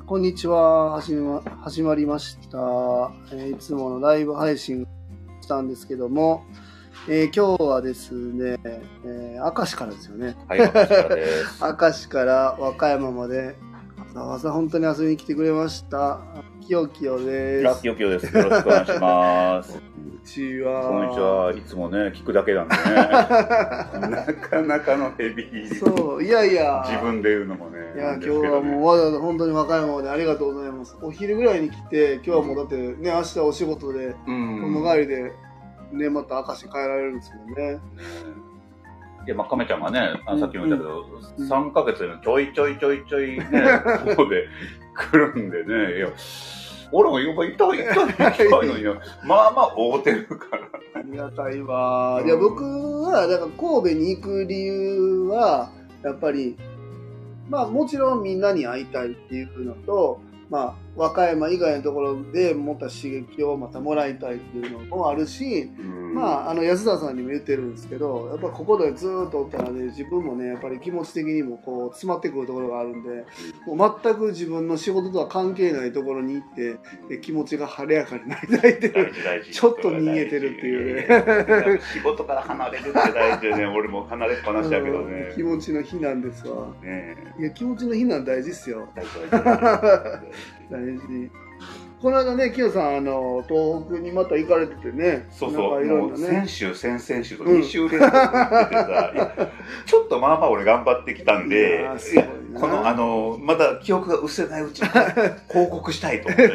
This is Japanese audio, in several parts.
こんにちは。始まりました。いつものライブ配信したんですけども、今日はですね、明石からですよね。 はい、明石からです。 明石から和歌山までわざわざ本当に遊びに来てくれました。きよきよです。 ラッキーオキヨです。よろしくお願いします。 こんにちは。 こんにちは。いつもね、聞くだけなんでね。なかなかのヘビー。 そう、いやいや。 自分で言うのもね。 いや、今日はもうわざわざ本当に和歌山までありがとうございます。お昼ぐらいに来て、今日はもうだってね、明日お仕事で、衣帰りで、ね、また明石帰られるんですよね。 いや、まあ、亀ちゃんがね、さっきも言ったけど、3ヶ月でちょいちょいね、ここで来るんでね、いや、俺も今痛いのに、まあまあ会うてるから。 ありがたいわ。いや、僕は、だから神戸に行く理由は、やっぱり、まあもちろんみんなに会いたいっていうのと、まあ和歌山以外のところで持った刺激をまたもらいたいっていうのもあるし、まあ安田さんにも言ってるんですけど、やっぱここでずっとおったらね、自分もね、やっぱり気持ち的にもこう詰まってくるところがあるんで、もう全く自分の仕事とは関係ないところに行って、気持ちが晴れやかになりたいっていう、ちょっと逃げてるっていうね。仕事から離れるって大事でね、俺も離れっぱなしだけどね。 気持ちの避難ですわ。いや、気持ちの避難大事っすよ。大事。この間ね、きよさん、東北にまた行かれててね。 そうそう、もう先週、先々週と2週連続行っててさ、ちょっとまあまあ俺頑張ってきたんで、この、まだ記憶が薄れないうちに報告したいと思って。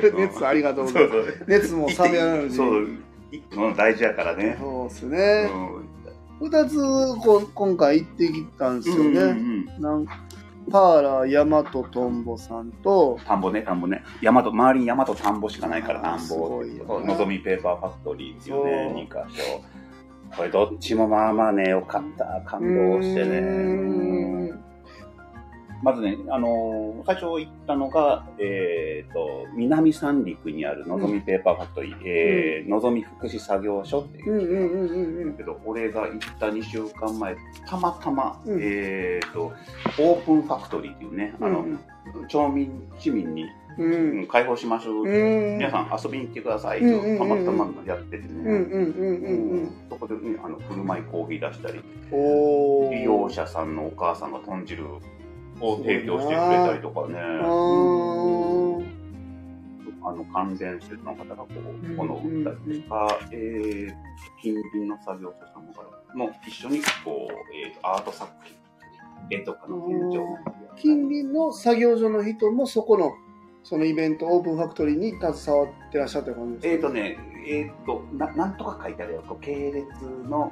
熱ありがとうございます。熱も冷めやらぬうちに。 そう、行くの大事やからね。 そうですね。2つ今回行ってきたんですよね。パーラー、ヤマト、トンボさんと、 田んぼね。周りに山と田んぼしかないから、田んぼ。のぞみペーパーファクトリーっていうね、2カ所。これどっちもまあまあね、よかった。感動してね。まずね、最初行ったのが、南三陸にあるのぞみペーパーファクトリー、のぞみ福祉作業所っていう。けど、俺が行った2週間前、たまたま、オープンファクトリーっていうね、市民に、開放しましょう。皆さん遊びに来てください。たまたまやっててね。そこでね、振る舞いコーヒー出したり、利用者さんのお母さんが豚汁を提供してくれたりとかね。関連施設の方がこう、物を売ったりとか、近隣の作業者さんも一緒にこう、アート作品、絵とかの展示を。 近隣の作業所の人もそのイベント、オープンファクトリーに携わってらっしゃった感じですか？ なんとか書いてあるよ。系列の、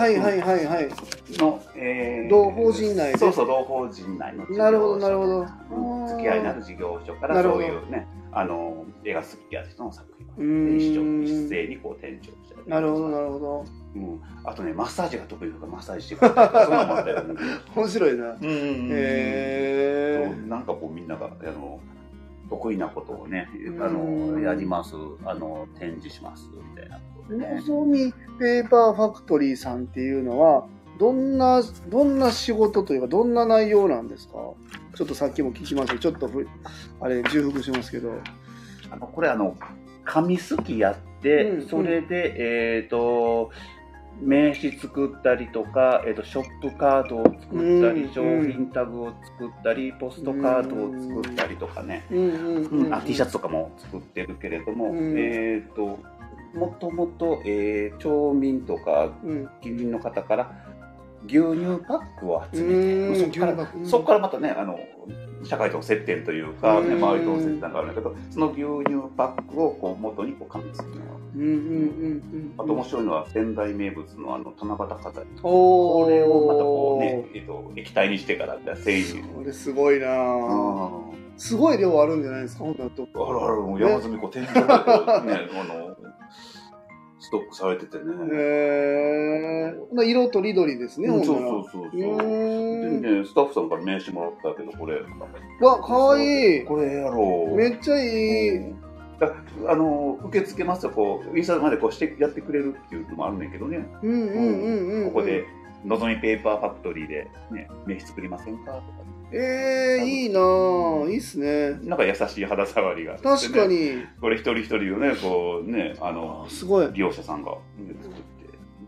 同法人内で。 そう、同法人内の。 なるほど。 付き合いのある事業所からそういうね、絵が好きや人の作品を一斉にこう展示をしたり。 なるほど。 あとね、マッサージが得意だからマッサージしてくれたりとか、そんなのもあったよね。 面白いな。 なんかこうみんなが、得意なことをね、やります、展示します、みたいなことでね。 のぞみペーパーファクトリーさんっていうのは、どんな仕事というか、どんな内容なんですか？ちょっとさっきも聞きましたけど、ちょっと重複しますけど。 これ紙すきやって、それで、名刺作ったりとか、ショップカードを作ったり、商品タグを作ったり、ポストカードを作ったりとかね、T シャツとかも作ってるけれども、もともと町民とか近隣の方から牛乳パックを集めて、そこからまたね、社会との接点というか、ね、周りとの接点があるんだけど、その牛乳パックをこう元にこう紙付きの。あと面白いのは仙台名物の七夕飾り。これをまたこうね、液体にしてから繊維に。 これすごいなぁ。すごい量あるんじゃないですか、本当だと。 もう山積み天井でね、ストックされててね。 色とりどりですね、 そう。でね、スタッフさんから名刺もらったけど、これ。 わ、かわいい。 これやろう。 めっちゃいい。 受け付けますよ、こう、インスタまでこうしてやってくれるっていうのもあるんだけどね。ここで、のぞみペーパーファクトリーで、ね、名刺作りませんかとか。 いいなぁ。いいっすね。 なんか優しい肌触りがあって、ね。 確かに。 これ一人一人をね、こうね、 すごい。 利用者さんが作って、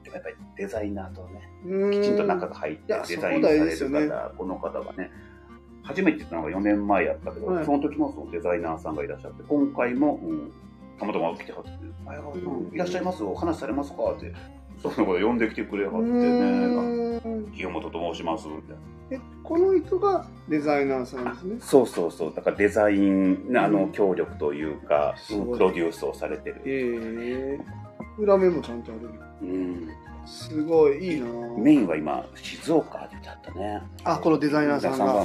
やっぱりデザイナーとね、きちんと中が入ってデザインされる方、この方がね、初めて言ったのが4年前やったけど、その時もそのデザイナーさんがいらっしゃって、今回も、たまたま来てはって、いらっしゃいますお話されますかって、そのこと呼んできてくれはってね、清本と申しますみたいな。 この人がデザイナーさんですね。 そうそうそう。だからデザイン協力というか、プロデュースをされてる。 裏面もちゃんとある。すごいいいな。 メインは今静岡でだったね。 あ、このデザイナーさんが。だ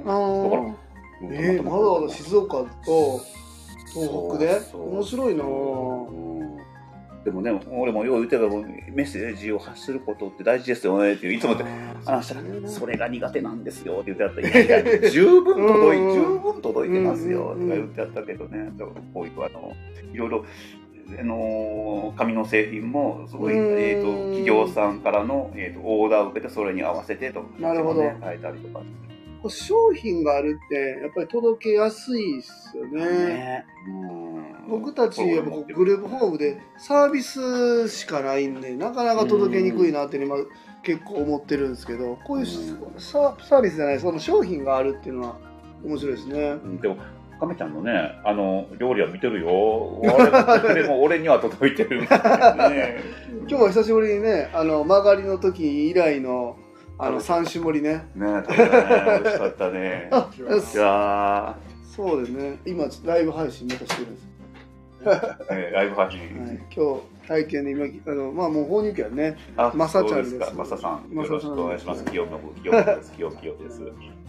からわざわざ静岡と東北で面白いな。 でもね、俺もよう言ってたけど、メッセージを発することって大事ですよねっていつも話したら、それが苦手なんですよって言ってあった。いやいや、十分届いてますよとか言ってあったけどね、こういういろいろ紙の製品もすごい企業さんからのオーダーを受けてそれに合わせてとか、 なるほど、 変えたりとか。 商品があるってやっぱり届けやすいですよね。僕たちグループホームでサービスしかないんでなかなか届けにくいなって今結構思ってるんですけど、こういうサービスじゃないその商品があるっていうのは面白いですね。 でも亀ちゃんのね料理は見てるよ。でも俺には届いてるんですよね。 今日は久しぶりにね曲がりの時以来の三種盛りね。 ね、食べたね。美味しかったね。いやそうですね。今ライブ配信またしてるんです。 ライブ配信。 今日体験で今まあもう放入期はね。マサちゃんです。 マサさん。よろしくお願いします。清です。清です。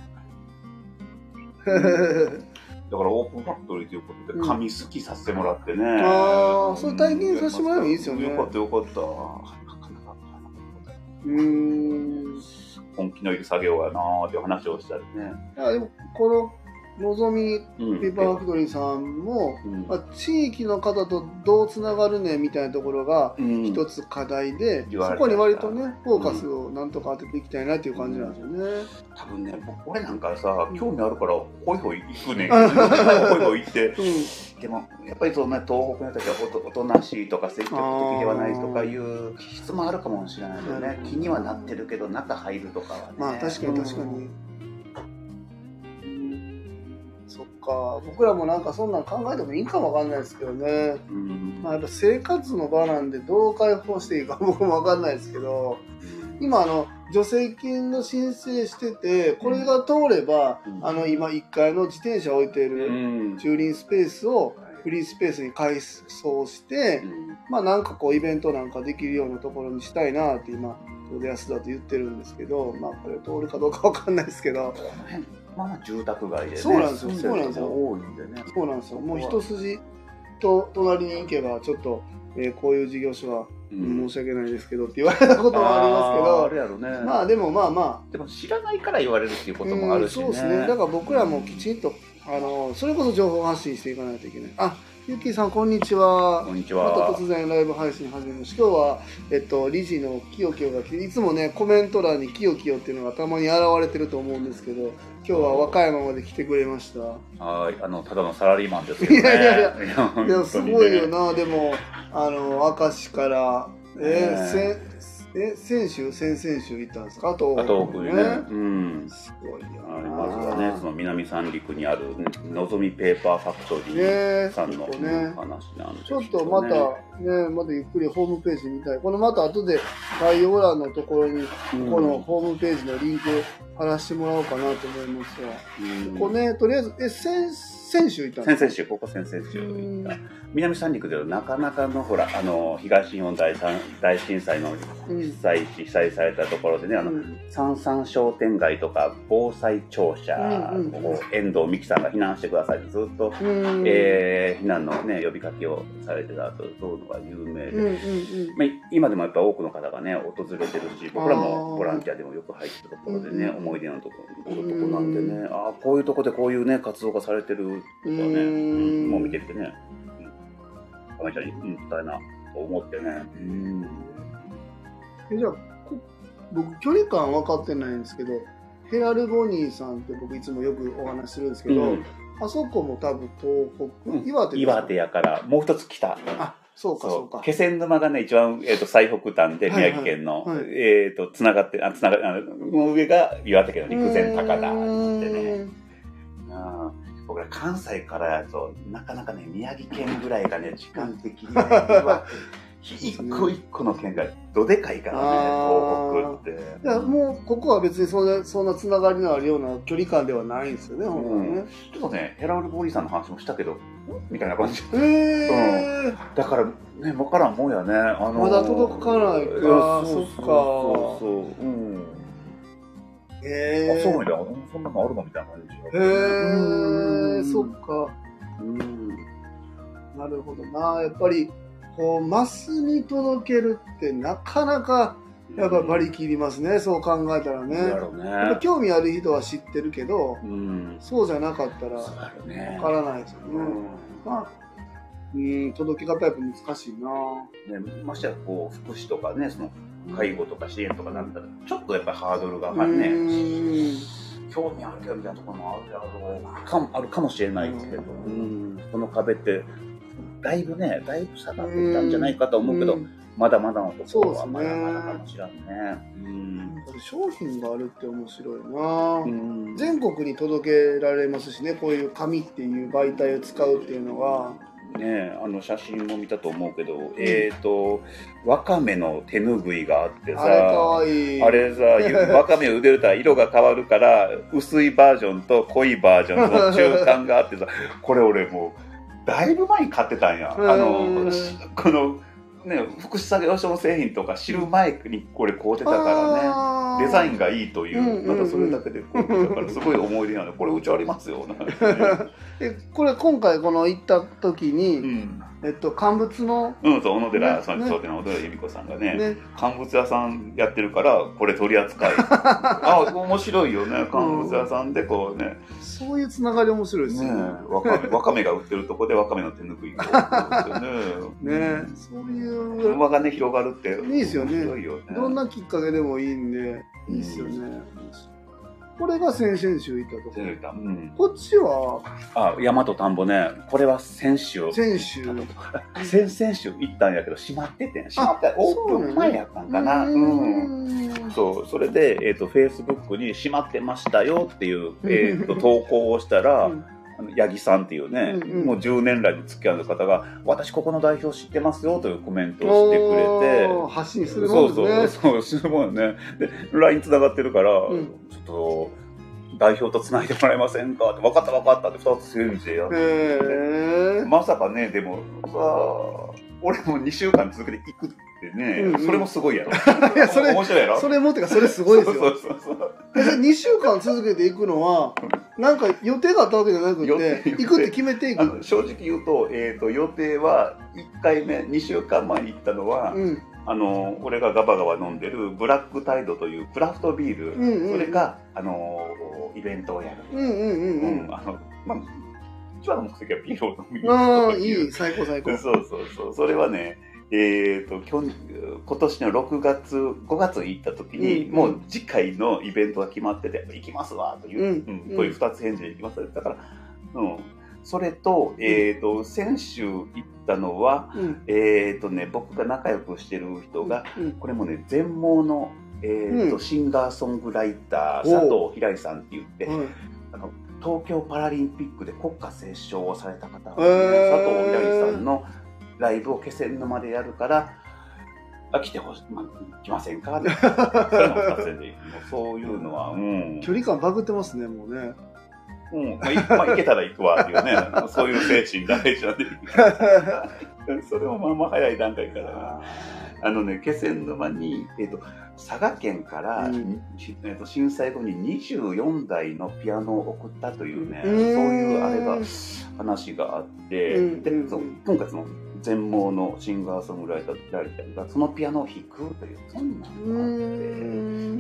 だからオープンファクトリーということで紙すきさせてもらってね。 ああ、それ体験させてもらえばいいですよね。 よかったよかった。本気のいる作業やなーっていう話をしたりね。 でもこののぞみペーパーファクトリーさんも、地域の方とどうつながるねみたいなところが一つ課題で、そこに割とねフォーカスをなんとか当てていきたいなっていう感じなんですよね。 多分ね、俺なんかさ興味あるからホイホイ行くねん。ホイホイ行って、でもやっぱりそうね東北の時はおとなしいとか積極的ではないとかいう気質もあるかもしれないけどね。気にはなってるけど中入るとかはね。 まあ確かに確かに。そっか、僕らもなんかそんなん考えてもいいかもわかんないですけどね。まあやっぱ生活の場なんでどう解放していいか僕もわかんないですけど、今助成金の申請してて、これが通れば、今1階の自転車置いてる駐輪スペースをフリースペースに改装して、まあなんかこうイベントなんかできるようなところにしたいなって今ちょうど安田と言ってるんですけど、まあこれ通るかどうかわかんないですけど。 まあ住宅街でね。 そうなんですよ。そうなんですよ。 多いんでね。 そうなんですよ。もう一筋と隣に行けばちょっと、こういう事業所は、申し訳ないですけどって言われたこともありますけど、まあでもまあでも知らないから言われるっていうこともあるしね。 そうですね。だから僕らもきちんとそれこそ情報発信していかないといけない。あ、ゆっきーさんこんにちは。 こんにちは。 また突然ライブ配信始めました。今日は理事のきよきよが来て、いつもねコメント欄にきよきよっていうのがたまに現れてると思うんですけど、今日は和歌山まで来てくれました。 はい、ただのサラリーマンですけどね。 いやすごいよな。でも明石から先々週行ったんですか？東北にね。 すごいよ。 まずはね、その南三陸にあるのぞみペーパーファクトリーさんの話なんですけどね。 ちょっとまたゆっくりホームページ見たい。このまた後で概要欄のところにこのホームページのリンク貼らせてもらおうかなと思いますが、ここねとりあえず先週行ったんですか？ 先々週行った。南三陸ではなかなかのほら東日本大震災の被災されたところでね三々商店街とか防災庁舎遠藤美樹さんが避難してくださいってずっと避難のね呼びかけをされてたとそういうのが有名で、今でもやっぱ多くの方がね訪れてるし、僕らもボランティアでもよく入ってるところでね思い出のとこなんでね、こういうとこでこういうね活動がされてるとかね、もう見てきてね、亀ちゃんに伝えなと思ってね。 じゃあ僕距離感分かってないんですけど、 ヘラルボニーさんって僕いつもよくお話しするんですけど、あそこも多分東北、岩手ですか？ 岩手やから、もう一つ北。 あ、そうかそうか。 気仙沼がね、一番、最北端で、宮城県の、つながって、上が岩手県の陸前高田ってね。僕ら関西からやと、なかなかね、宮城県ぐらいがね、時間的には、一個一個の県がどでかいからね、東北って。 いや、もう、ここは別にそんなつながりのあるような距離感ではないんですよね、本当にね。 ちょっとね、ヘラルボーイさんの話もしたけど、みたいな感じ。だから、ね、わからんもんやね。 まだ届かないか、そっか。そう。 そうみたいな、そんなのあるのみたいな感じ。 そっか。なるほどな。やっぱり、こう、マスに届けるってなかなか、やっぱ馬力いりますね、そう考えたらね。やっぱ興味ある人は知ってるけど、そうじゃなかったら、わからないですよね。届け方やっぱ難しいな。 ましてや、こう、福祉とかね、その、介護とか支援とかなったら、ちょっとやっぱりハードルがね、興味あるけどみたいなところもあるかもしれないですけど、この壁って、だいぶ下がってきたんじゃないかと思うけど、まだまだのところはまだまだかもしれんね。 商品があるって面白いな。全国に届けられますしね、こういう紙っていう媒体を使うっていうのは。 ね、写真も見たと思うけど、わかめの手ぬぐいがあってさ、あれさ、わかめを茹でると色が変わるから、薄いバージョンと濃いバージョンの中間があってさ、これ俺もう、だいぶ前に買ってたんや。この、ね、福祉作業所の製品とか知る前にこれ買うてたからね、デザインがいいという、またそれだけで買うてたから、すごい思い出なので、これうちありますよ。 これ今回この行った時に、乾物のそう、小野寺商店の小野寺由美子さんがね、乾物屋さんやってるからこれ取り扱い面白いよね、乾物屋さんでこうね、 そういうつながり面白いですよね。 わかめが売ってるとこでわかめの手ぬぐいがね、そういう輪がね広がるっていいですよね。どんなきっかけでもいいんでいいですよね。これが先々週行ったところ。こっちは大和田んぼね。これは先週。先々週行ったんやけど、閉まってて。閉まってオープン前やったんかな。そう。それで、Facebook に閉まってましたよっていう、投稿をしたら、八木さんっていうね、もう10年来に付き合う方が、私ここの代表知ってますよというコメントをしてくれて、 発信するもんね。 そう、するもんね。で、LINE 繋がってるから、ちょっと、代表と繋いでもらえませんかって、分かったって2つ返事でやって、まさかね、でも、俺も2週間続けて行くってね、それもすごいやろ。 いや、面白いやろ。それもってか、それすごいですよ。2週間続けて行くのは、なんか予定があったわけじゃなくて、行くって決めていく。 正直言うと、予定は1回目、2週間前に行ったのは、俺がガバガバ飲んでるブラックタイドというクラフトビール、それが、イベントをやる。一番の目的はビールを飲みに行く。 いい、最高。 そう。それはね、今年の5月行った時に、もう次回のイベントが決まってて、行きますわという、こういう2つ返事で行きますだから、それと、先週行ったのは、僕が仲良くしてる人が、これもね、全盲の、シンガーソングライター、佐藤ひらりさんって言って、東京パラリンピックで国歌斉唱をされた方、佐藤ひらりさんのライブを気仙沼でやるから、来ませんかってそういうのは、 距離感バグってますね、もうね。 行けたら行くわっていうね、そういう精神大事なんで。それも早い段階から。気仙沼に、佐賀県から、震災後に24台のピアノを送ったというね、そういう話があって、で、今回その全盲のシンガーソングライターがそのピアノを弾くという、そんなのがあって、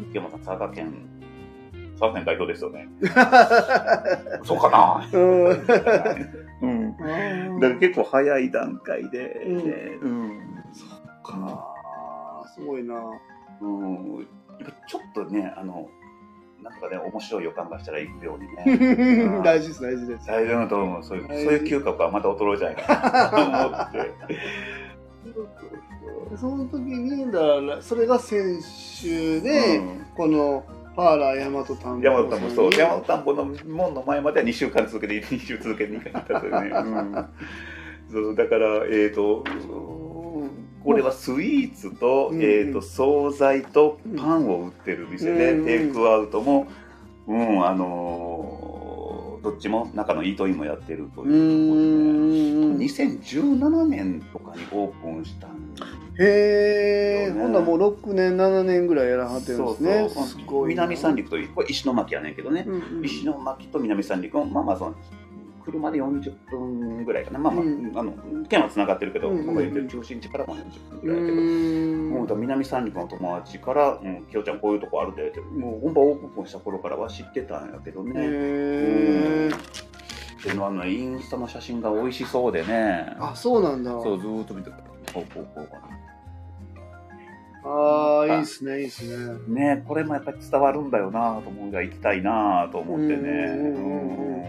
池本さん、佐賀県代表ですよね。そうかな。だから結構早い段階で、 そっか、すごいな。 ちょっとね、 なんとかね、面白い予感がしたら行くようにね。 大事です、大事です。 大事だと思う。そういう嗅覚はまた衰えじゃないかなと思って。 その時に、だからそれが先週で、このパーラー大和田んぼ。 大和田んぼ、そう。大和田んぼの門の前までは2週間続けて、2週続けて行ったというね。そう、だから、これはスイーツと、惣菜とパンを売ってる店で、テイクアウトも、どっちも中のイートインもやってるということで、2017年とかにオープンしたんですよね。 へー、ほんならもう6年、7年ぐらいやらはってるんですね。 そうすごい。南三陸という、これ石巻やねんけどね、石巻と南三陸の、まあまあその、車で40分ぐらいかな。まあまあ、県は繋がってるけど、僕が言ってる中心地からも40分ぐらいだけど、もう南三陸の友達から、きよちゃんこういうとこあるでって、もう本場オープンした頃からは知ってたんやけどね。で、インスタの写真が美味しそうでね。 あ、そうなんだ。 そう、ずーっと見てた。こうかな。 ああ、いいっすね、いいっすね。 ね、これもやっぱり伝わるんだよなと思うが、行きたいなと思ってね。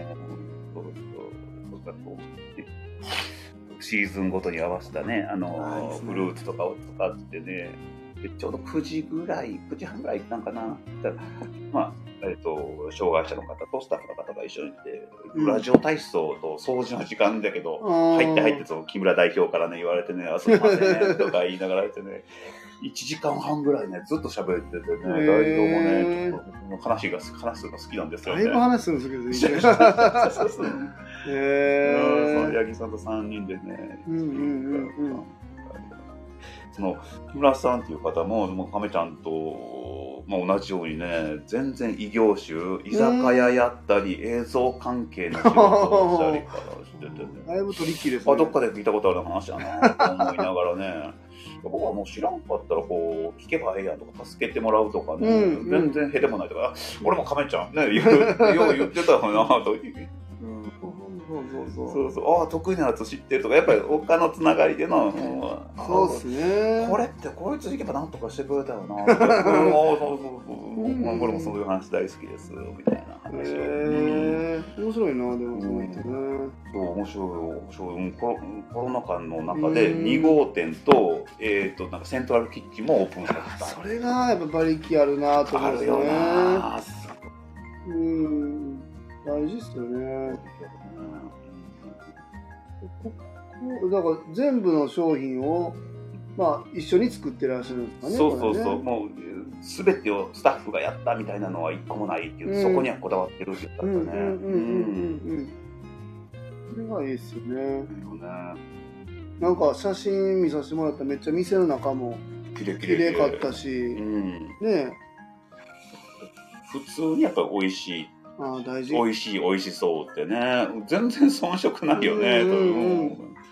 シーズンごとに合わせたね、フルーツとかを使ってね、でちょうど9時ぐらい、9時半ぐらい行ったんかな。まあ、障害者の方とスタッフの方が一緒にいて、ラジオ体操と掃除の時間だけど、入ってそう、木村代表からね、言われてね、すいません、とか言いながらってね、1時間半ぐらいね、ずっと喋っててね、代表もね、ちょっと話すのが好きなんですよね。 だいぶ話するんですけど、 そう。その八木さんと3人でね、その木村さんっていう方も亀ちゃんと、同じようにね、全然異業種、居酒屋やったり映像関係の仕事をしたりからしててね、 だいぶ取り切れですね。 どっかで聞いたことある話だなと思いながらね、僕はもう知らんかったらこう聞けばええやんとか助けてもらうとかね、全然へでもないとか、俺も亀ちゃんね、よう言ってたよなと。ああ、得意なやつ知ってるとか、やっぱり他のつながりでの、 そうですね。 これってこいつ行けばなんとかしてくれたよなとか、これもそういう話大好きですみたいな話を。 面白いな、でもその人ね。 そう、面白い。コロナ禍の中で2号店と、なんかセントラルキッチンもオープンされた。 それがやっぱ馬力あるなと思うんですよね。大事っすよね。だから全部の商品を、一緒に作ってらっしゃるんですかね。 そう、もう全てをスタッフがやったみたいなのは一個もないっていう、そこにはこだわってるって言ったんだね。 それがいいっすよね。なんか写真見させてもらったらめっちゃ店の中も綺麗かったし、ね。 普通にやっぱり美味しい。 大事。 美味しそうってね。全然遜色ないよね。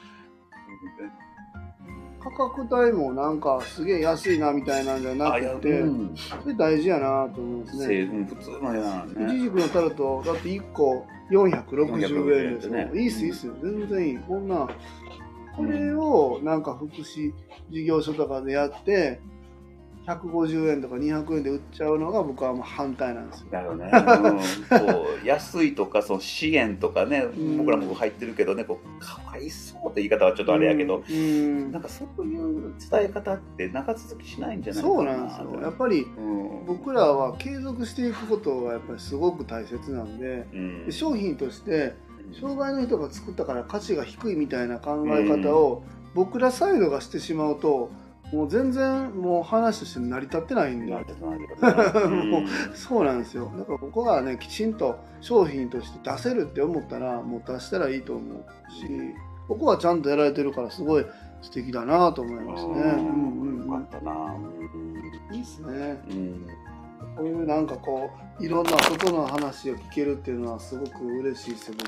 価格帯もなんかすげえ安いなみたいなんじゃなくて、それ大事やなと思うんですね。 普通のやんね。 いちじくのタルトだって1個460円ですよ。いいっすよ。全然いい。これをなんか福祉事業所とかでやって150円とか200円で売っちゃうのが僕はもう反対なんですよ。 だよね。安いとかその資源とかね、僕らも入ってるけどね、かわいそうって言い方はちょっとあれやけど、なんかそういう伝え方って長続きしないんじゃないかな。 そうなんですよ。やっぱり僕らは継続していくことがやっぱりすごく大切なんで、商品として障害の人が作ったから価値が低いみたいな考え方を僕らサイドがしてしまうと、もう全然もう話として成り立ってないんで、もうそうなんですよ。だからここがねきちんと商品として出せるって思ったらもう出したらいいと思うし、ここはちゃんとやられてるからすごい素敵だなと思いますね。よかったな。 いいですね。こういうなんかこういろんな外の話を聞けるっていうのはすごく嬉しいですよ、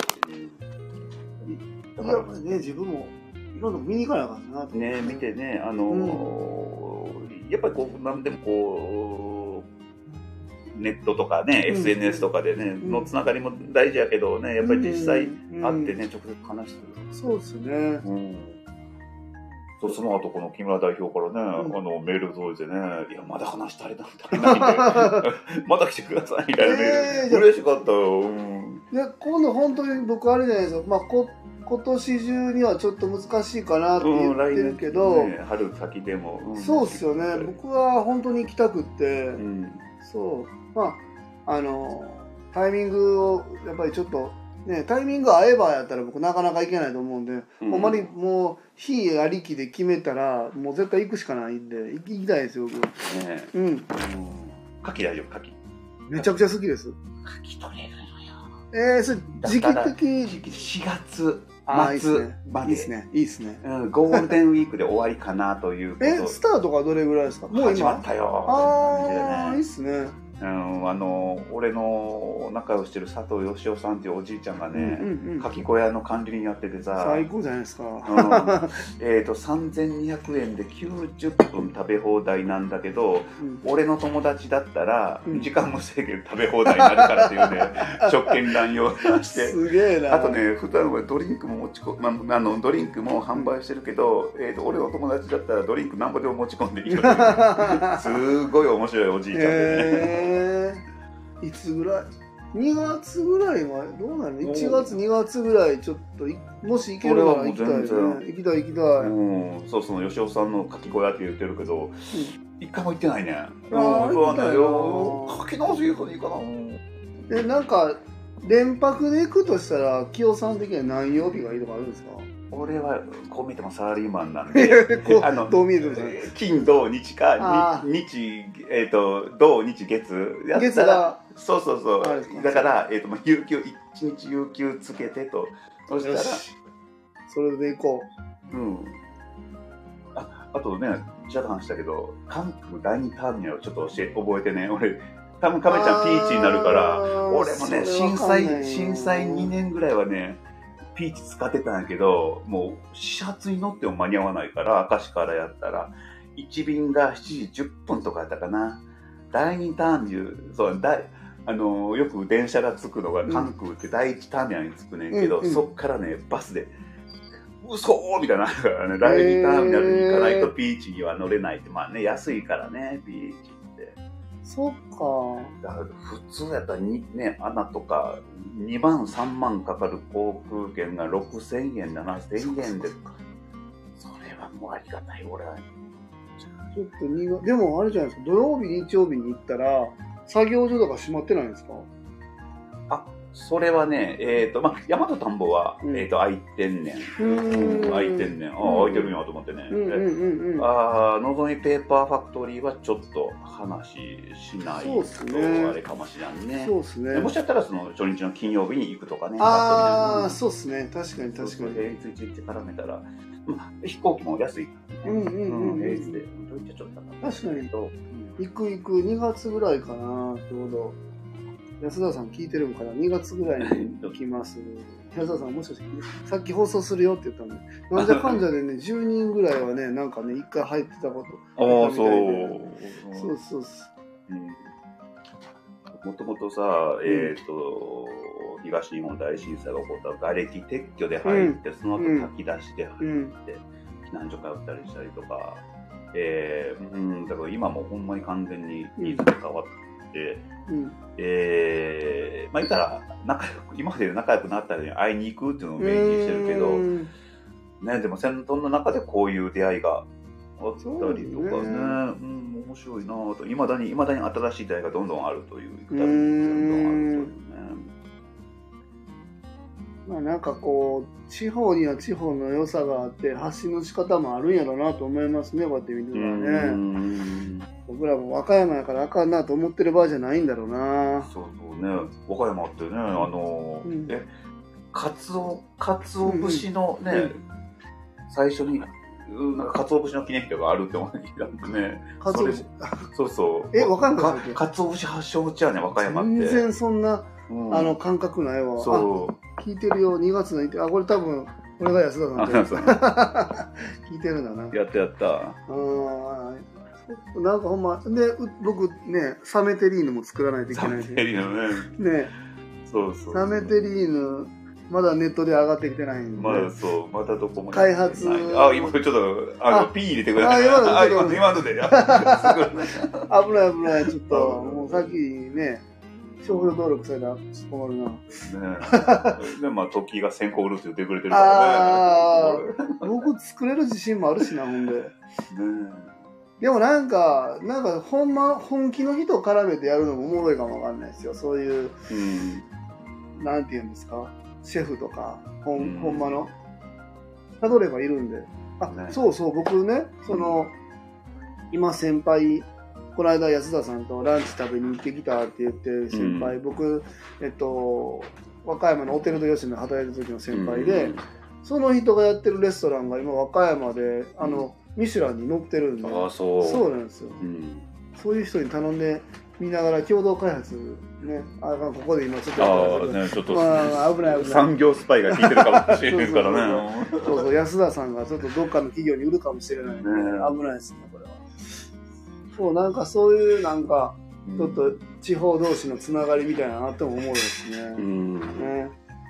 僕も。やっぱりね、自分もいろんな見に行かなあかんなってね、見てね、やっぱりこう何でもこうネットとかね、SNS とかでねのつながりも大事やけどね、やっぱり実際会ってね、直接話してる。 そうですね。 そう、その後この木村代表からね、メール届いてね、いや、まだ話足りないんで、また来てくださいみたいなメール、嬉しかったよ。 で、今度本当に僕あれじゃないですか、まあ、今年中にはちょっと難しいかなって言ってるけど、 春先でも。 そうっすよね。僕は本当に行きたくって、そう、まあ、タイミングを、やっぱりちょっと、ね、タイミング合えばやったら僕なかなか行けないと思うんで、ほんまにもう、日ありきで決めたら、もう絶対行くしかないんで、行きたいですよ、僕。ね。 牡蠣大丈夫、牡蠣。 めちゃくちゃ好きです。 牡蠣取れるのよ。 それ、時期的。 4月。 いいっすね。いいっすね。 ゴールデンウィークで終わりかなということ。 スタートがどれぐらいですか？もう今。 始まったよ。 ああ、いいっすね。 俺の仲良くしてる佐藤義雄さんっていうおじいちゃんがね、牡蠣小屋の管理人やっててさ、 最高じゃないですか。 3200円で90分食べ放題なんだけど、俺の友達だったら時間無制限食べ放題になるからっていうね、職権乱用して、 すげえな。 あとね、普段はドリンクもドリンクも販売してるけど、俺の友達だったらドリンクなんぼでも持ち込んでいいよ。すごい面白いおじいちゃんでね。 いつぐらい ?2 月ぐらいはどうなの？ 1 月2月ぐらいちょっともし行けるなら行きたいね。行きたい。 そう吉尾さんの牡蠣小屋って言ってるけど、一回も行ってないね。 行きたいな。 牡蠣のシーズンにいいかな。 なんか連泊で行くとしたら清さん的には何曜日がいいとかあるんですか？ 俺はこう見てもサラリーマンなんでどう見えてるじゃないですか。 金土日か土日月やったらそうだから有給1日有給つけてと、そしたらそれで行こう。あとねちょっと話したけど、韓国第2ターミナルちょっと覚えてね。俺多分亀ちゃんピーチになるから、俺もね震災2年ぐらいはねピーチ使ってたんやけど、もう始発に乗っても間に合わないから、明石からやったら1便が7時10分とかやったかな。第2ターミナル、よく電車が着くのが韓国って第1ターミナルに着くねんけど、そっからねバスで嘘みたいなからね、第2ターミナルに行かないとピーチには乗れないって、まあね安いからねピーチって。 そっか。 だから普通やったらアナとか2万3万かかる航空券が6000円7000円で、それはもうありがたい。俺はちょっとでもあれじゃないですか、土曜日日曜日に行ったら作業所とか閉まってないんですか？ それはね、大和田んぼは、開いてんねん。開いてんねん。開いてるんやと思ってね。のぞみペーパーファクトリーはちょっと話しないとあれかもしれんね。 そうですね。 もしやったらその初日の金曜日に行くとかね。 そうですね。確かに。 平日1日絡めたら、飛行機も安い。平日で。ちょっと確かに。行く2月ぐらいかな、ちょうど。安田さん聞いてるんかな、2月ぐらいに行きます。安田さんもしかしてさっき放送するよって言ったんで、なんじゃかんじゃでね10人ぐらいはねなんかね1回入ってたことそうもともとさ東日本大震災が起こった瓦礫撤去で入って、その後炊き出しで入って避難所通ったりしたりとか、だから今もほんまに完全にニーズが変わって、言ったら今まで仲良くなったように会いに行くっていうのをメインにしてるけど、ね、でもそんな中でこういう出会いがあったりとかね、面白いなと。いまだに新しい出会いがどんどんあるという、どんどんあるというね。 なんかこう地方には地方の良さがあって発信の仕方もあるんやろうなと思いますね。こうやって見るのはね。僕らも和歌山やからあかんなと思ってる場合じゃないんだろうな。 そうね。和歌山ってね、かつお節のね、最初になんかかつお節の記念日があるって思って聞いたんでね。そう。 わかんない。 かつお節発祥地やね、和歌山って。 全然そんな感覚ないわ。聞いてるよ。2月のこれ多分俺が安田さん聞いてるんだな。 やった。 なんかほんまで僕ねサメテリーヌも作らないといけないし。 サメテリーヌね。 ね。サメテリーヌまだネットで上がってきてないんで。 まだそう、まだどこも。 開発。 今ちょっと、P 入れてください。今ので。危ない危ない、ちょっと、もうさっきね、商標登録されたら困るな。 で、まあ、時が先行ルート言ってくれてるからね。 僕作れる自信もあるしな、ほんで。でもなんか本気の人を絡めてやるのもおもろいかもわかんないですよ。そういう、なんていうんですか、シェフとか、ほんまの。たどればいるんで。そうそう、僕ね、今先輩、この間安田さんとランチ食べに行ってきたって言ってる先輩、僕、和歌山のホテルと吉野で働いてる時の先輩で、その人がやってるレストランが今和歌山で、ミシュランに載ってるんで。そうなんですよ。そういう人に頼んで見ながら共同開発ね、ここで今ちょっと危ない産業スパイが効いてるかもしれないからね。 そう安田さんがちょっとどっかの企業に売るかもしれないので危ないですねこれは。そうなんかそういうちょっと地方同士のつながりみたいなのあってもおもろいですね。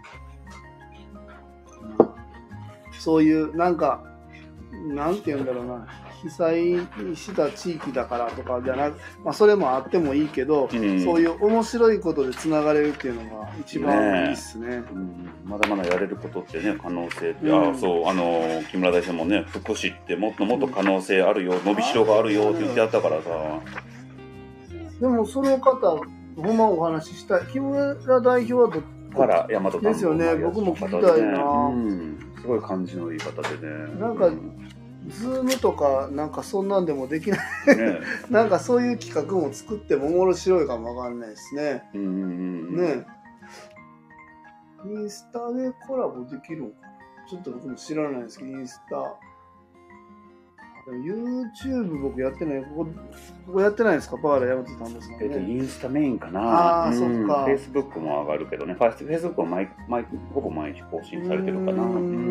そういうなんて言うんだろうな、被災した地域だからとかじゃなく、それもあってもいいけど、そういう面白いことでつながれるっていうのが一番いいっすね。 まだまだやれることってね、可能性って、木村大臣もね、福祉ってもっともっと可能性あるよ、伸びしろがあるよって言ってあったからさ。 でもその方、ほんまお話ししたい。木村代表はどっから大和田ですよね。僕も聞きたいな。 すごい感じのいい方でね。 ズームとかそんなんでもできないそういう企画も作っても面白いかもわかんないですね。ね。インスタでコラボできるのかな。ちょっと僕も知らないですけど、インスタ。YouTube 僕やってない。ここやってないですか、パーラー山本さんですかね。 インスタメインかな。 そっか。 Facebook も上がるけどね。Facebook はほぼ毎日更新されてるかな。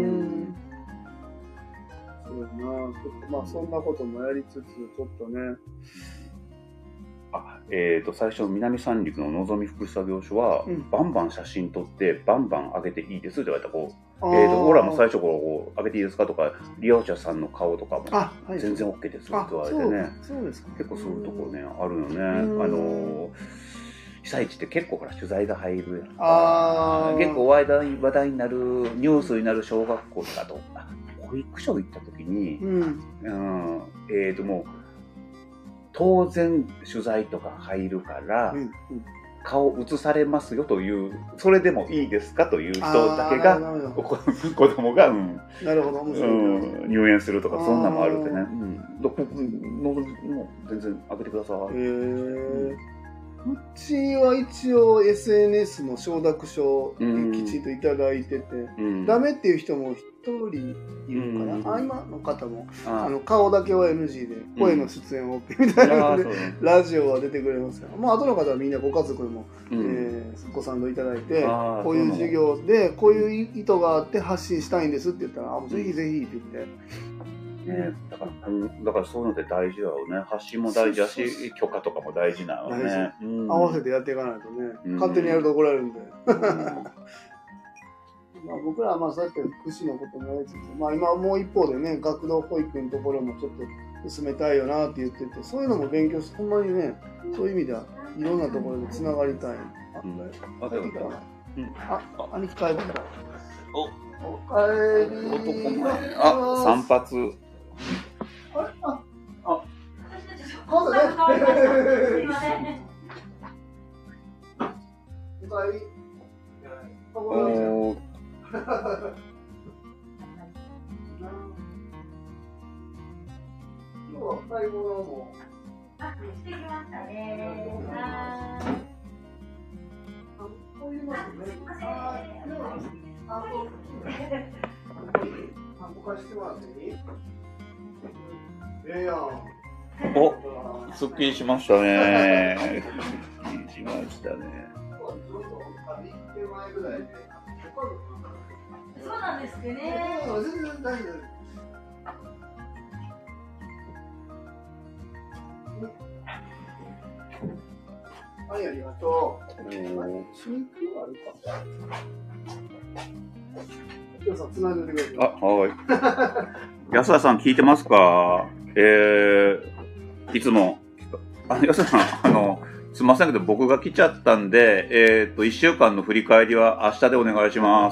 そうやな、ちょっとそんなこともやりつつ、ちょっとね。 最初、南三陸ののぞみ福祉作業所は、バンバン写真撮って、バンバン上げていいですって言われた。俺らも最初上げていいですかとか、利用者さんの顔とかも全然 OK ですって言われてね。結構そういうとこね、あるよね。被災地って結構取材が入るやん。結構話題になる、ニュースになる小学校とかと、保育所行った時に、もう、当然取材とか入るから、顔映されますよという、それでもいいですかという人だけが、子供が、入園するとか、そんなのもあるってね。もう全然開けてください。 うちは一応 SNS の承諾書をきちんといただいてて、ダメっていう人も一人いるかな。今の方も顔だけは NG で声の出演 OK みたいなのでラジオは出てくれますから、後の方はみんなご家族でもご賛同いただいて、こういう授業でこういう意図があって発信したいんですって言ったら、ぜひぜひって言って。 だからそういうので大事だよね。発信も大事だし、許可とかも大事なのね。 合わせてやっていかないとね、勝手にやると怒られるんで。僕らはそうやって福祉のこともやりつつ、今もう一方でね、学童保育のところもちょっと進めたいよなって言ってて、そういうのも勉強して、ほんまにね、そういう意味ではいろんなところでつながりたい。兄貴帰ってきた。おかえり。 散髪。 今度ね。すいません。おかえり。今日は買い物も。してきましたね。こういうのね。 お、すっきりしましたね。すっきりしましたね。 そうなんですけどね。 全然大丈夫。はい、ありがとう。シンクあるか。 皆さん、つないでてください。 あ、はい。安田さん聞いてますか？いつも、安田さん、すみませんけど、僕が来ちゃったんで、1週間の振り返りは明日でお願いします。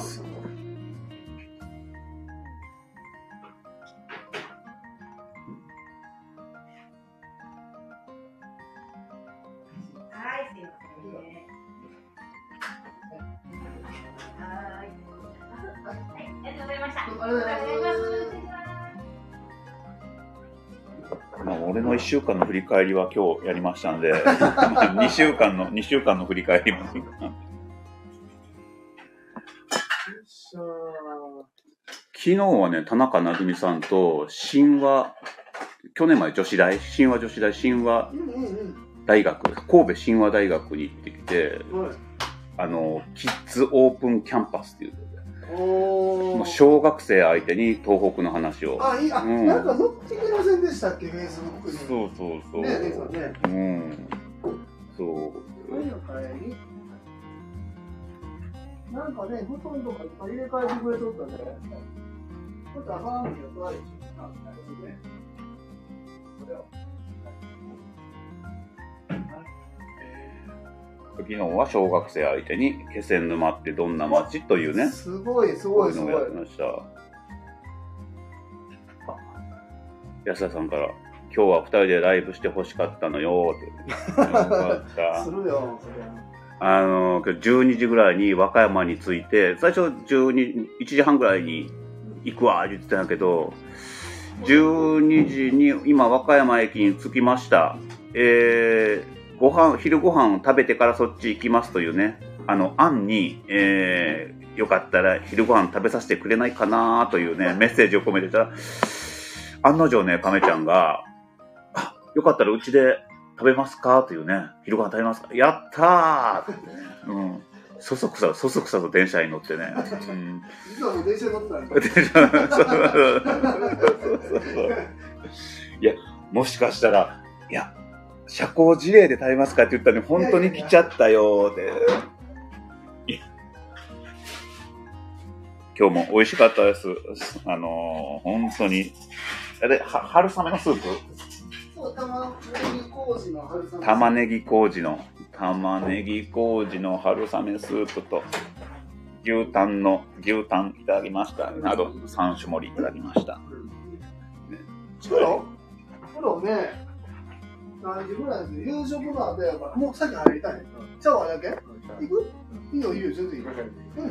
まあ、俺の1週間の振り返りは今日やりましたんで、2週間の振り返りも。昨日はね、田中なずみさんと去年まで神話大学、神戸神話大学に行ってきて、キッズオープンキャンパスっていうもう小学生相手に東北の話を。 なんか乗ってきませんでしたっけ、フェイスブックに。 そう。 ね、そうね。 そう。 なんかね、布団とか入れ替えてくれとったね。ちょっとアバンってやつ昨日は小学生相手に気仙沼ってどんな街というね、 すごいのをやってました。 安田さんから今日は2人でライブしてほしかったのよってよかったするよ 12時ぐらいに和歌山に着いて、最初1時半ぐらいに行くわ言ってたんだけど、12時に今和歌山駅に着きました。昼ご飯を食べてからそっち行きますというね、案に、よかったら昼ご飯食べさせてくれないかなというね、メッセージを込めてたら、案の定ね、亀ちゃんが、よかったらうちで食べますかというね、昼ご飯食べますか、やったーってね、そそくさと電車に乗ってね。 実はもう電車に乗ってたんだ。 いや、もしかしたら、いや、社交辞令で食べますかって言ったのに、本当に来ちゃったよって。今日も美味しかったです。本当に。春雨のスープ？ そう、玉ねぎ麹の春雨。 玉ねぎ麹の春雨スープと、牛タンいただきました。など、3種盛りいただきました。 風呂ね。何時ぐらいですよ。夕食の後やから、もう先入りたい。シャワーだけ？行く？いいよ、全然行く。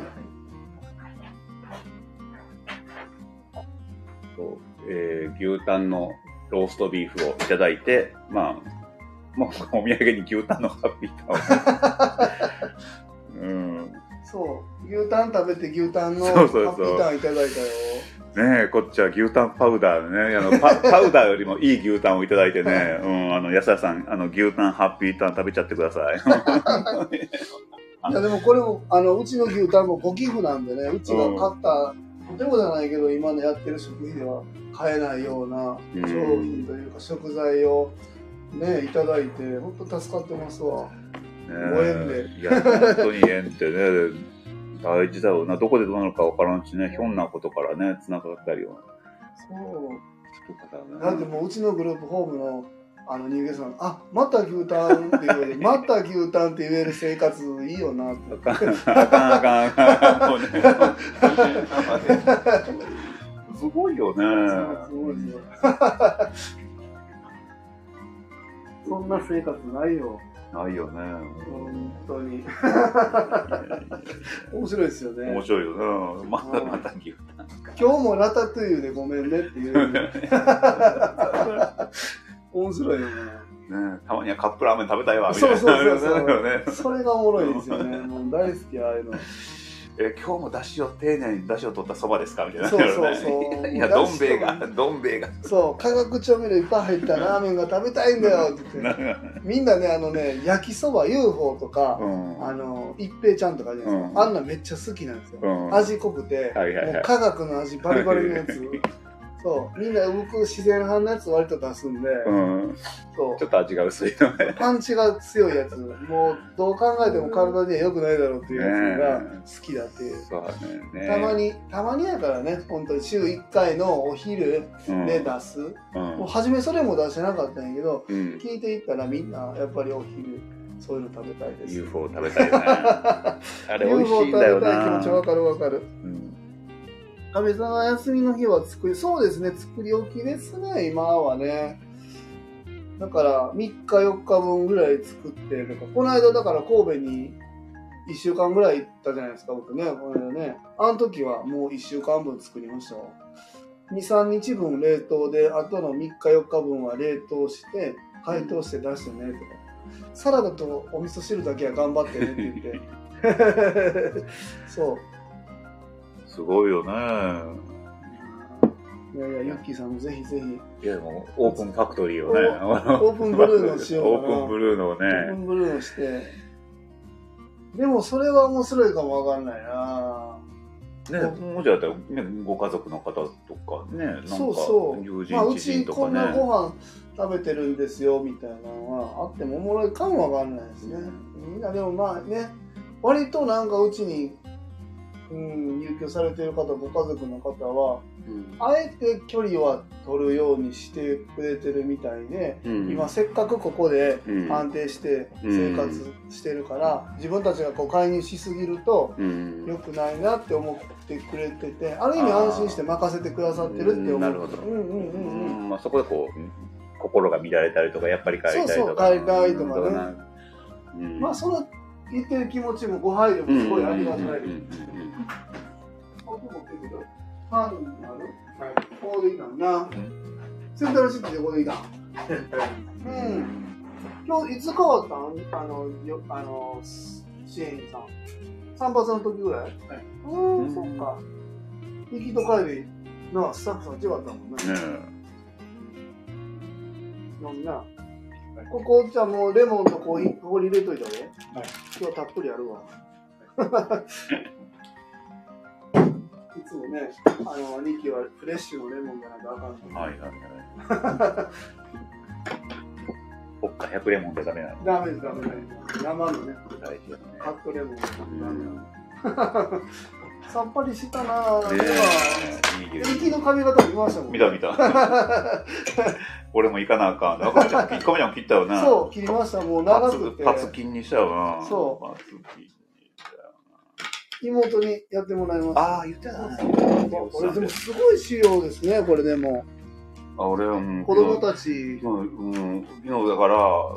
牛タンのローストビーフをいただいて、まあ、もうお土産に牛タンのハッピータンを。 そう、牛タン食べて牛タンのハッピータンいただいたよ。 ねえ、こっちは牛タンパウダーね、パウダーよりもいい牛タンをいただいてね、安田さん、牛タンハッピータン食べちゃってください。 いや、でもこれも、うちの牛タンもご寄付なんでね、うちが買った、とてもじゃないけど、今のやってる食費では買えないような商品というか、食材をね、いただいて、本当助かってますわ。ご縁で。 いや、本当に縁ってね、大事だよな。どこでどうなるかわからんしね、ひょんなことからね、繋がったりは。 そう。だってもううちのグループホームの人間さん、また牛タンって言うまた牛タンって言える生活いいよなって。 あかん。すごいよね。 すごいですよ。そんな生活ないよ。 ないよね。 本当に。面白いですよね。 面白いよね。また牛タン。 今日もラタトゥイユでごめんねっていう。面白いよね。 たまにはカップラーメン食べたいわみたいな。そう。それがおもろいですよね。もう大好きああいうの。 今日も丁寧に出汁を取ったそばですかみたいな。 そう。 いや、どん兵衛が。 そう、化学調味料いっぱい入ったラーメンが食べたいんだよって言って。みんなね、焼きそば UFO とか、一平ちゃんとかじゃないですか。あんなめっちゃ好きなんですよ。味濃くて、もう化学の味バリバリのやつ。 そうみんな僕自然派のやつ割と出すんで、そうちょっと味が薄いのね。 パンチが強いやつ、もうどう考えても体には良くないだろうっていうやつが好きだっていう。 そうね。 たまにやからね、本当に週1回のお昼で出す。もう初めそれも出してなかったんやけど、聞いていったらみんなやっぱりお昼そういうの食べたいです。 UFO 食べたいよね。あれ美味しいんだよな。 UFO 食べたい気持ちわかるわかる。安倍さんは休みの日はそうですね、作り置きですね、今はね。だから3日4日分ぐらい作って、この間だから神戸に1週間ぐらい行ったじゃないですか、僕ね、この間ね。あの時はもう1週間分作りましたよ。2、3日分冷凍で、あとの3日4日分は冷凍して、解凍して出してね、とか。サラダとお味噌汁だけは頑張ってねって言って。そう。 すごいよね。 いやいや、ユッキーさんもぜひぜひ。 いや、もうオープンファクトリーをね。 オープンブルーのしようかな。 オープンブルーのね。 オープンブルーのして。でもそれは面白いかもわかんないな。 ね、もしあったら、ね、ご家族の方とかね、なんかそうそう。 友人知人とかね。 まあ、うちこんなご飯食べてるんですよみたいなのはあってもおもろいかもわかんないですね。みんなでもまあね、割となんかうちに入居されている方、ご家族の方は、あえて距離は取るようにしてくれてるみたいで、今せっかくここで安定して生活してるから、自分たちがこう介入しすぎると良くないなって思ってくれてて、ある意味安心して任せてくださってるって思う。 なるほど。まあそこでこう心が乱れたりとか、やっぱり帰りたいとか。 そうそう、帰りたいとかね。まあその言ってる気持ちもご配慮もすごいありがたいです。ファンになる？ここでいいかな。セントラルシティでここでいいか。今日いつ変わったん？支援員さん。散髪の時ぐらい？そっか。行きと帰りな、スタッフさん違ったもんね。な。ここじゃもうレモンとコーヒーここに入れといたで。今日たっぷりあるわ。いつもね、ニキはフレッシュのレモンじゃないとあかんの。はい。 ほっか100レモンでダメなの？ ダメです。生のね。 大事よね。 カットレモンダメなの。さっぱりしたなぁ。ニキの髪型見ましたもん。 見た。俺も行かなあかん。赤ちゃん1個目も切ったよな。 そう、切りました。もう長くて。 パツキンにしたよな。 そう。妹にやってもらいます。 ああ、言ってたね。 これでもすごい仕様ですね、これでも。 俺は子供たち。 昨日だから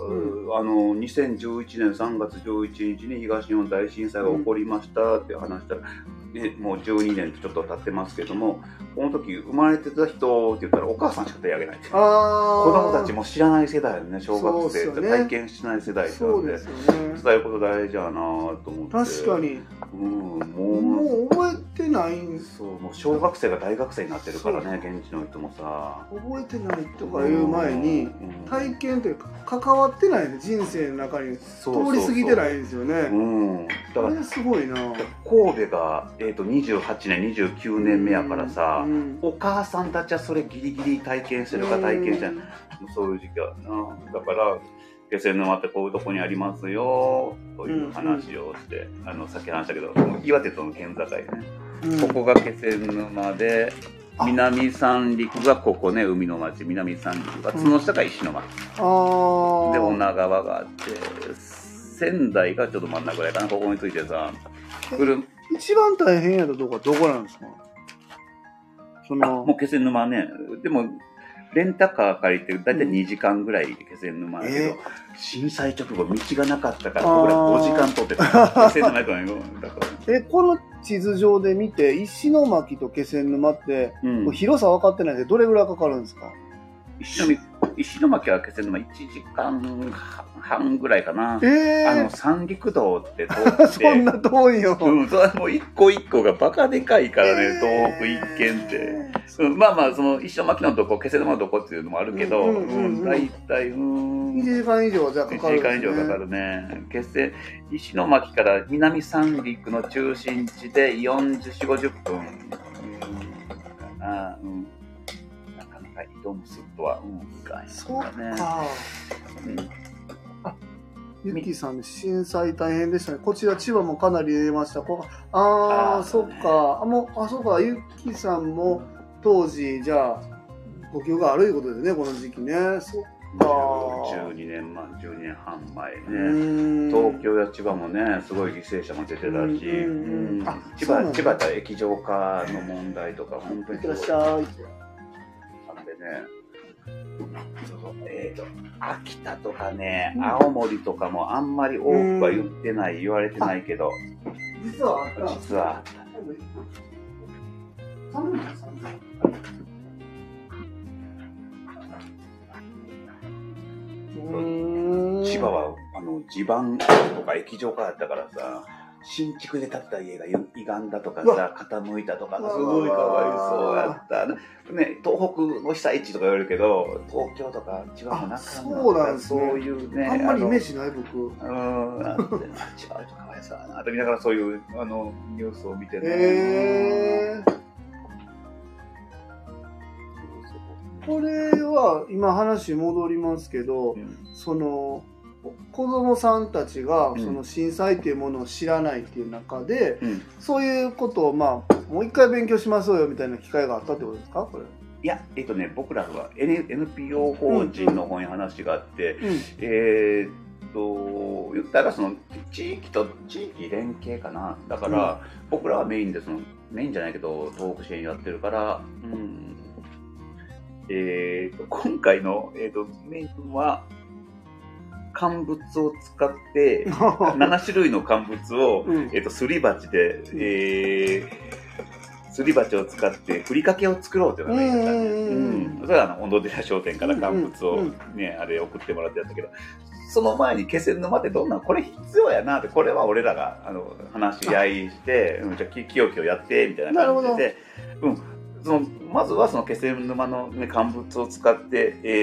、2011年3月11日に東日本大震災が起こりましたって話したら、もう12年とちょっと経ってますけども、この時生まれてた人って言ったらお母さんしか手挙げないって。子供たちも知らない世代よね、小学生って体験しない世代ってなんで、伝えること大事やなと思って。 確かに。もう覚えてないんそう、もう小学生が大学生になってるからね、現地の人もさ。 覚えてないとかいう前に、体験というか関わってないね、人生の中に通り過ぎてないんですよね。だからすごいな。 神戸が28年29年目やからさ、お母さんたちはそれギリギリ体験してるか体験してない、そういう時期はな。だから気仙沼ってこういうとこにありますよという話をして、さっき話したけど岩手との県境ね、ここが気仙沼で、南三陸がここね、海の町、南三陸が角下が石巻、で女川があって、仙台がちょっと真ん中ぐらいかな、ここについてさ。 一番大変やったとこはどこなんですか？ もう気仙沼ね、でもレンタカー借りて大体2時間ぐらい気仙沼だけど、震災直後道がなかったから僕ら5時間通ってた。気仙沼行かないよ。 この地図上で見て石巻と気仙沼って、広さ分かってないんでどれぐらいかかるんですか？ 石巻は気仙沼1時間半ぐらいかな。三陸道って通ってそんな遠いよ。 それもう一個一個がバカでかいからね、東北一軒って。まあまあ、その石巻のどこ、気仙沼のどこっていうのもあるけど、大体 1時間以上じゃかかる。 1時間以上かかるね。石巻から南三陸の中心地で40、50分かな。 京もすっとは、いかんやそっか。 ね。 ゆっきーさん、震災大変でしたね。こちら千葉もかなり出ました。そっか。そうか。ゆっきーさんも当時、じゃあ、ご記憶があるいうことですね、この時期ね。そっか。 12年半前ね。東京や千葉もね、すごい犠牲者も出てたし、千葉と液状化の問題とか、本当にいってらっしゃい。 なんでね、秋田とかね、青森とかもあんまり多くは言われてないけど、 実はあった。 実は千葉は地盤とか液状化だったからさ、新築で建った家が歪んだとかさ、傾いたとか、すごいかわいそうやった。ね、東北の被災地とか言われるけど、東京とか千葉もなかなかそういうね。 あんまりイメージない僕。 千葉とかわいそうやなと見ながらそういうニュースを見てね。 これは今話戻りますけど、その子供さんたちがその震災っていうものを知らないっていう中で、そういうことをもう一回勉強しましょうよみたいな機会があったってことですか、これ。 いや、僕らは NPO 法人の方に話があって、言ったらその地域連携かな。だから、僕らはメインじゃないけど東北支援やってるから、今回の、メインは乾物を使って7種類の乾物を、すり鉢で、すり鉢を使ってふりかけを作ろうというのがメインだったんで、それは小野寺商店から乾物をね、あれ送ってもらってやったけど、その前に気仙沼ってどんなこれ必要やなって、これは俺らが話し合いして、じゃあきよきよやってみたいな感じで、まずはその気仙沼の、ね、乾物を使って、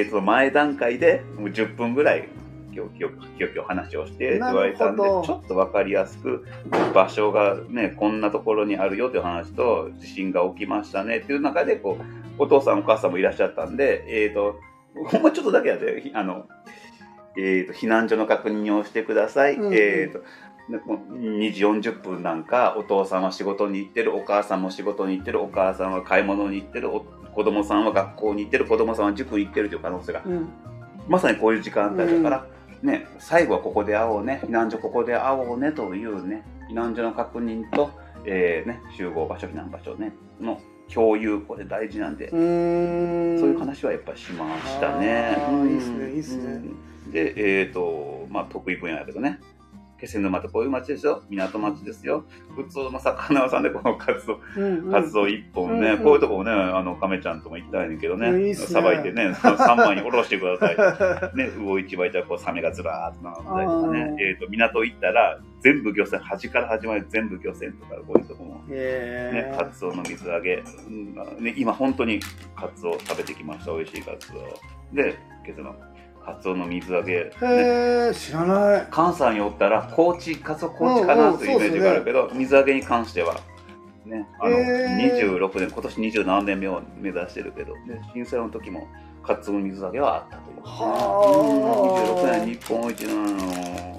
前段階でもう10分ぐらいきよきよ話をして言われたんで、ちょっと分かりやすく場所がねこんなところにあるよという話と、地震が起きましたねっていう中でこうお父さんお母さんもいらっしゃったんで、ほんまちょっとだけやで避難所の確認をしてください。2時40分なんかお父さんは仕事に行ってる、お母さんも仕事に行ってる、お母さんは買い物に行ってる、子供さんは学校に行ってる、子供さんは塾に行ってるという可能性が、まさにこういう時間帯だから、ね、最後はここで会おうね、避難所ここで会おうねというね、避難所の確認と、集合場所、避難場所ねの共有、これ大事なんで、そういう話はやっぱりしましたね。 いいですね、いいですね。 で、得意分野だけどね。気仙沼ってこういう町ですよ、港町ですよ、普通の魚屋さんでこのカツオ一本ね、こういうとこもね、亀ちゃんとも行ったらいいけどね、さばいてね、3枚におろしてください。ね、魚市場行ったらこうサメがずらーっと並んだりとかね、港行ったら全部漁船、端から端まで全部漁船とか、こういうとこも、ね、カツオの水揚げ、ね、今本当にカツオ食べてきました、美味しいカツオ。で、カツオの水揚げ、 知らない。 関西におったらカツオ高知かなというイメージがあるけど、水揚げに関してはね、26年、今年27年目を目指してるけど、で震災の時もカツオの水揚げはあったという、26年日本一なの。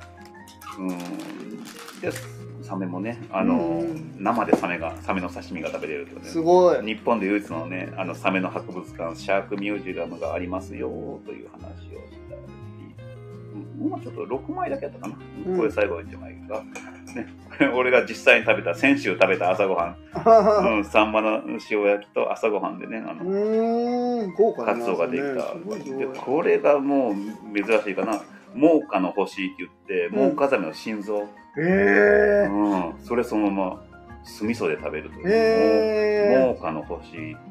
でサメもね、生でサメの刺身が食べれるとね、 すごい。 日本で唯一のね、サメの博物館、シャークミュージアムがありますよという話をしたり、もうちょっと6枚だけやったかな、これ最後の1枚が、ね、俺が実際に先週食べた朝ごはん、サンマの塩焼きと朝ごはんでね、カツオができた。でこれがもう珍しいかな、モーカの星って言って、モーカザメの心臓。それそのまま酢味噌で食べるという、モーカの星って言って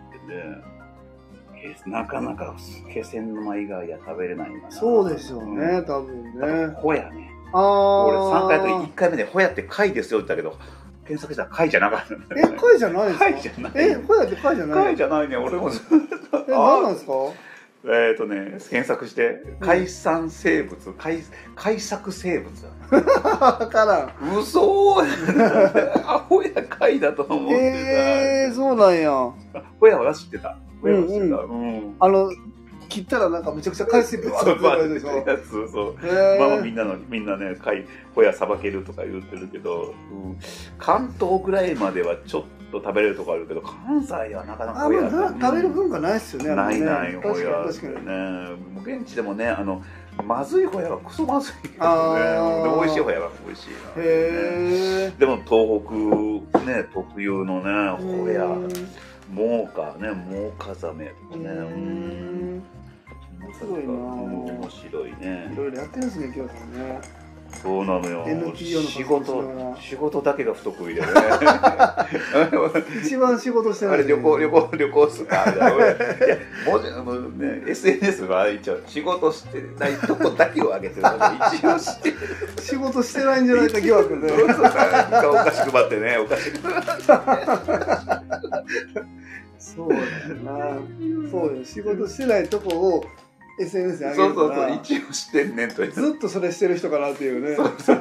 ね、なかなか気仙沼以外は食べれないんだな。 そうですよね、多分ね。 ホヤね。俺3回と1回目でホヤって貝ですよって言ったけど、検索したら貝じゃなかった。 貝じゃないですか？ 貝じゃない。 ホヤって貝じゃない？ 貝じゃないね、俺も。 何なんですか？ 検索して海産生物、海作生物。 わからん。 嘘アホや貝だと思ってた。 そうなんや。 ホヤは知ってた。 増えました。 切ったらなんかめちゃくちゃ海水ブワーッと出てくるでしょ。 そう。まあみんなね、ホヤさばけるとか言ってるけど、関東ぐらいまではちょっと食べれるとこあるけど、関西はなかなかホヤ食べる文化ないっすよね。 ないホヤってね。現地でもね、まずいホヤはクソまずいけどね。美味しいホヤは美味しいな。でも東北ね、特有のね、ホヤ、モウカザメとかね。 すごいな。 面白いね。 いろいろやってるんですね、きよさんね。 そうなのよ。仕事だけが不得意でね。 一番仕事してない。 あれ旅行するか。SNS は一応仕事してないとこだけを上げてるので、一応してる。 仕事してないんじゃないか疑惑ね。 お菓子配ってね、お菓子配って。 そうだよな。そうよ。仕事してないとこをSNS に上げるから。 そう、一応してんねんと。 ずっとそれしてる人かなっていうね。 そう。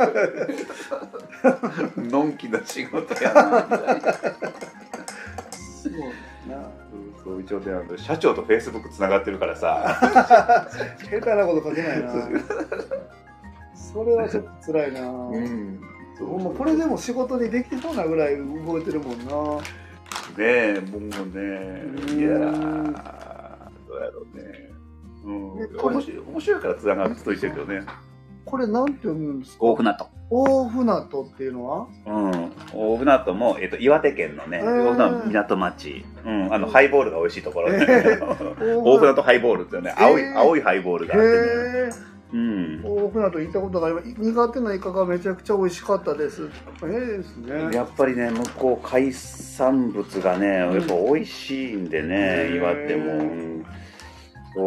のんきな仕事やな、みたいな。 そうだな。 そう、一応ね、社長とフェイスブックつながってるからさ。 下手なこと書けないな。それはちょっと辛いな。ほんまこれでも仕事にできそうなぐらい動いてるもんな。 ねえ、もうね、いやー、どうやろうね。面白いからつながっといてるけどね。 これなんて読むんですか？ 大船渡。 大船渡っていうのは？ 大船渡も、岩手県のね、大船渡港町。ハイボールが美味しいところで。大船渡ハイボールってね、青いハイボールがあってね。 大船渡行ったことがあります。苦手なイカがめちゃくちゃ美味しかったです。ですね。 やっぱりね、向こう海産物がね、やっぱ美味しいんでね、岩手も。そう、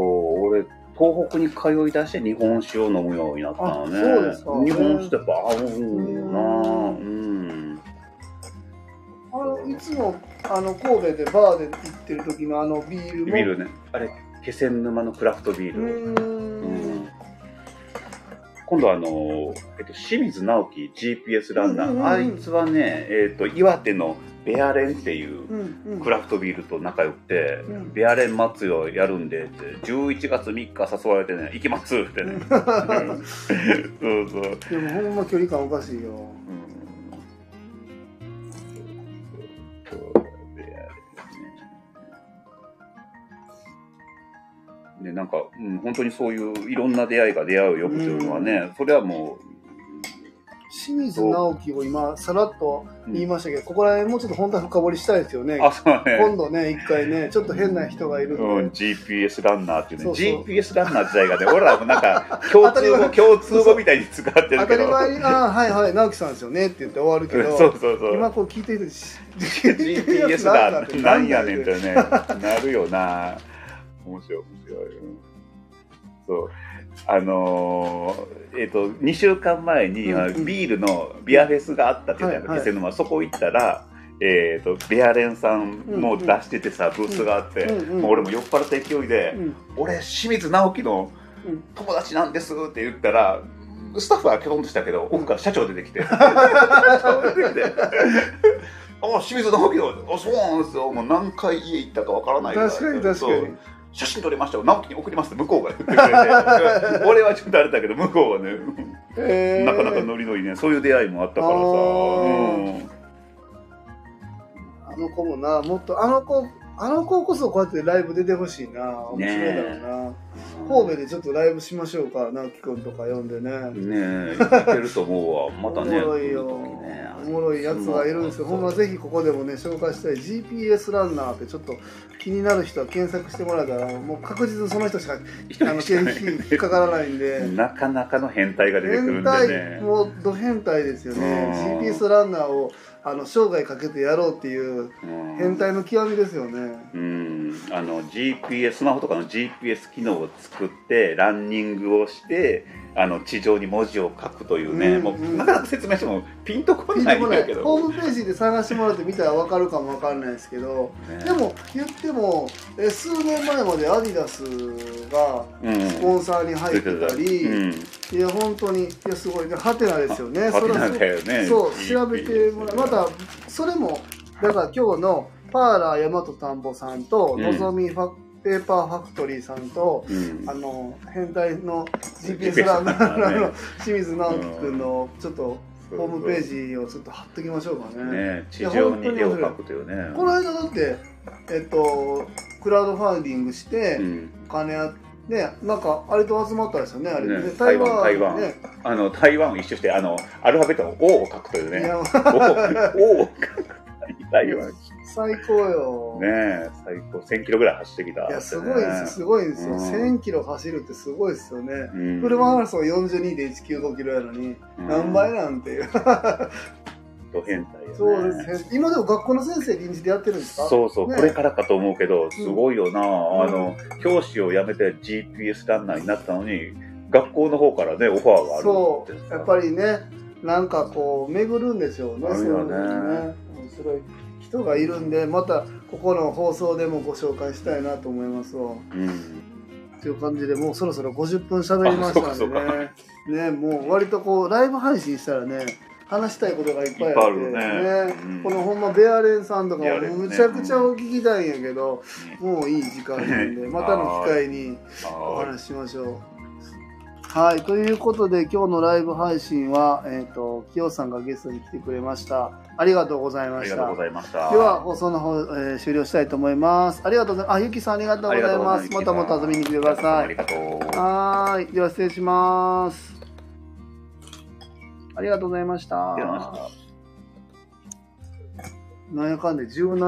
俺、東北に通い出して日本酒を飲むようになったのね。 そうですか。 日本酒ってやっぱ合うんよな。 いつも神戸でバーで行ってる時のビールも。 ビールね。あれ、気仙沼のクラフトビール。今度清水直樹 GPS ランナー、あいつはね、岩手のベアレンっていうクラフトビールと仲良くて、ベアレン祭りをやるんでって、11月3日誘われてね、行きますってね。そう。 でもほんま距離感おかしいよ。 ね、なんか、本当にそういういろんな出会いが出会うよっていうのはね、それはもう清水直樹を今さらっと言いましたけど、ここら辺もうちょっと本当は深掘りしたいですよね。 そうね。 今度ね、一回ね、ちょっと変な人がいるんで。 GPS ランナーっていうね。GPS ランナー自体がね、俺らもなんか共通語みたいに使ってるけど。 当たり前に、はい、直樹さんですよねって言って終わるけど、 そう今こう聞いてると GPS だ、なんやねんってね、なるよな。面白い。そう。2週間前にビールのビアフェスがあったって言ったんだけど、そこ行ったら、ベアレンさんも出しててさ、ブースがあって、もう俺も酔っ払った勢いで、俺、清水直樹の友達なんですって言ったら、スタッフはキョロンとしたけど、奥から社長出てきて。清水直樹の、そうなんですよ。もう何回家行ったかわからないぐらい。 確かに。 写真撮りましたよ、直樹に送りますって向こうが言ってくれて、俺はちょっとあれだけど、向こうはね、なかなかノリノリね、そういう出会いもあったからさ。 あの子もな、もっとあの子こそこうやってライブ出てほしいな。面白いだろうな。神戸でちょっとライブしましょうか、直樹くんとか呼んでね。 ねえ、いけると思うわ。またね。 おもろいよ。おもろいやつがいるんですよ。ほんまぜひここでもね、紹介したい GPS ランナーってちょっと気になる人は検索してもらえたら、もう確実にその人しか引っかからないんで。 なかなかの変態が出てくるんでね。 もうド変態ですよね。GPS ランナーを生涯かけてやろうっていう変態の極みですよね。 GPS スマホとかの GPS 機能を作ってランニングをして地上に文字を書くというね、もうなかなか説明してもピンとこないんだけど、 ホームページで探してもらってみたら分かるかも分かんないですけど、でも言っても数年前までアディダスがスポンサーに入ってたり、いや本当にすごいね、ハテナですよね。 ハテナだよね。 そう調べてもらう。またそれもだから今日のパーラー大和田んぼさんと、 うんのぞみペーパーファクトリーさんと、 うん変態の GPS ランナーの清水直樹くんのちょっとホームページをちょっと貼っときましょうかね。 ね、地上に絵を描くというね。 この間だってクラウドファンディングしてうん金ね、なんかあれと集まったんですよね、あれね。 ね台湾ね。 台湾を一周してアルファベットの O を書くというね。 いや O を書く。台湾。 最高よ。 ねえ、最高。1000キロぐらい走ってきた、 いや、すごいですよ、すごいですよ。 うん 1000キロ走るってすごいですよね。 うんフルマラソン42.195キロやのに、何倍なんていう。 ド変態よね。 そうですね。今でも学校の先生臨時でやってるんですか？ そうそう、 ねこれからかと思うけど、すごいよな、教師を辞めて GPS ランナーになったのに、学校の方からね、オファーがあるってそさ。 う。やっぱりね、なんかこう、巡るんですよね。 あるよねそういうのね。面白い人がいるんで、またここの放送でもご紹介したいなと思いますわ。 うん。 という感じで、もうそろそろ50分喋りましたんであそうかね。ね、もう割とこう、ライブ配信したらね、話したいことがいっぱいあって、 いっぱいあるねうんこのほんまベアレンさんとかベアレンねもむちゃくちゃお聞きたいんやけど、もういい時間なんで、またの機会におは話ししましょう。はい、ということで今日のライブ配信は、きよさんがゲストに来てくれました。ありがとうございました。 ありがとうございました。 では放送の方、終了したいと思います。ありがとうございます。あ、ゆきさんありがとうございます。またまた遊びに来てください。 ありがとう。 はーい。では失礼します。ありがとうございました。 ありがとうございました。 なんやかんで17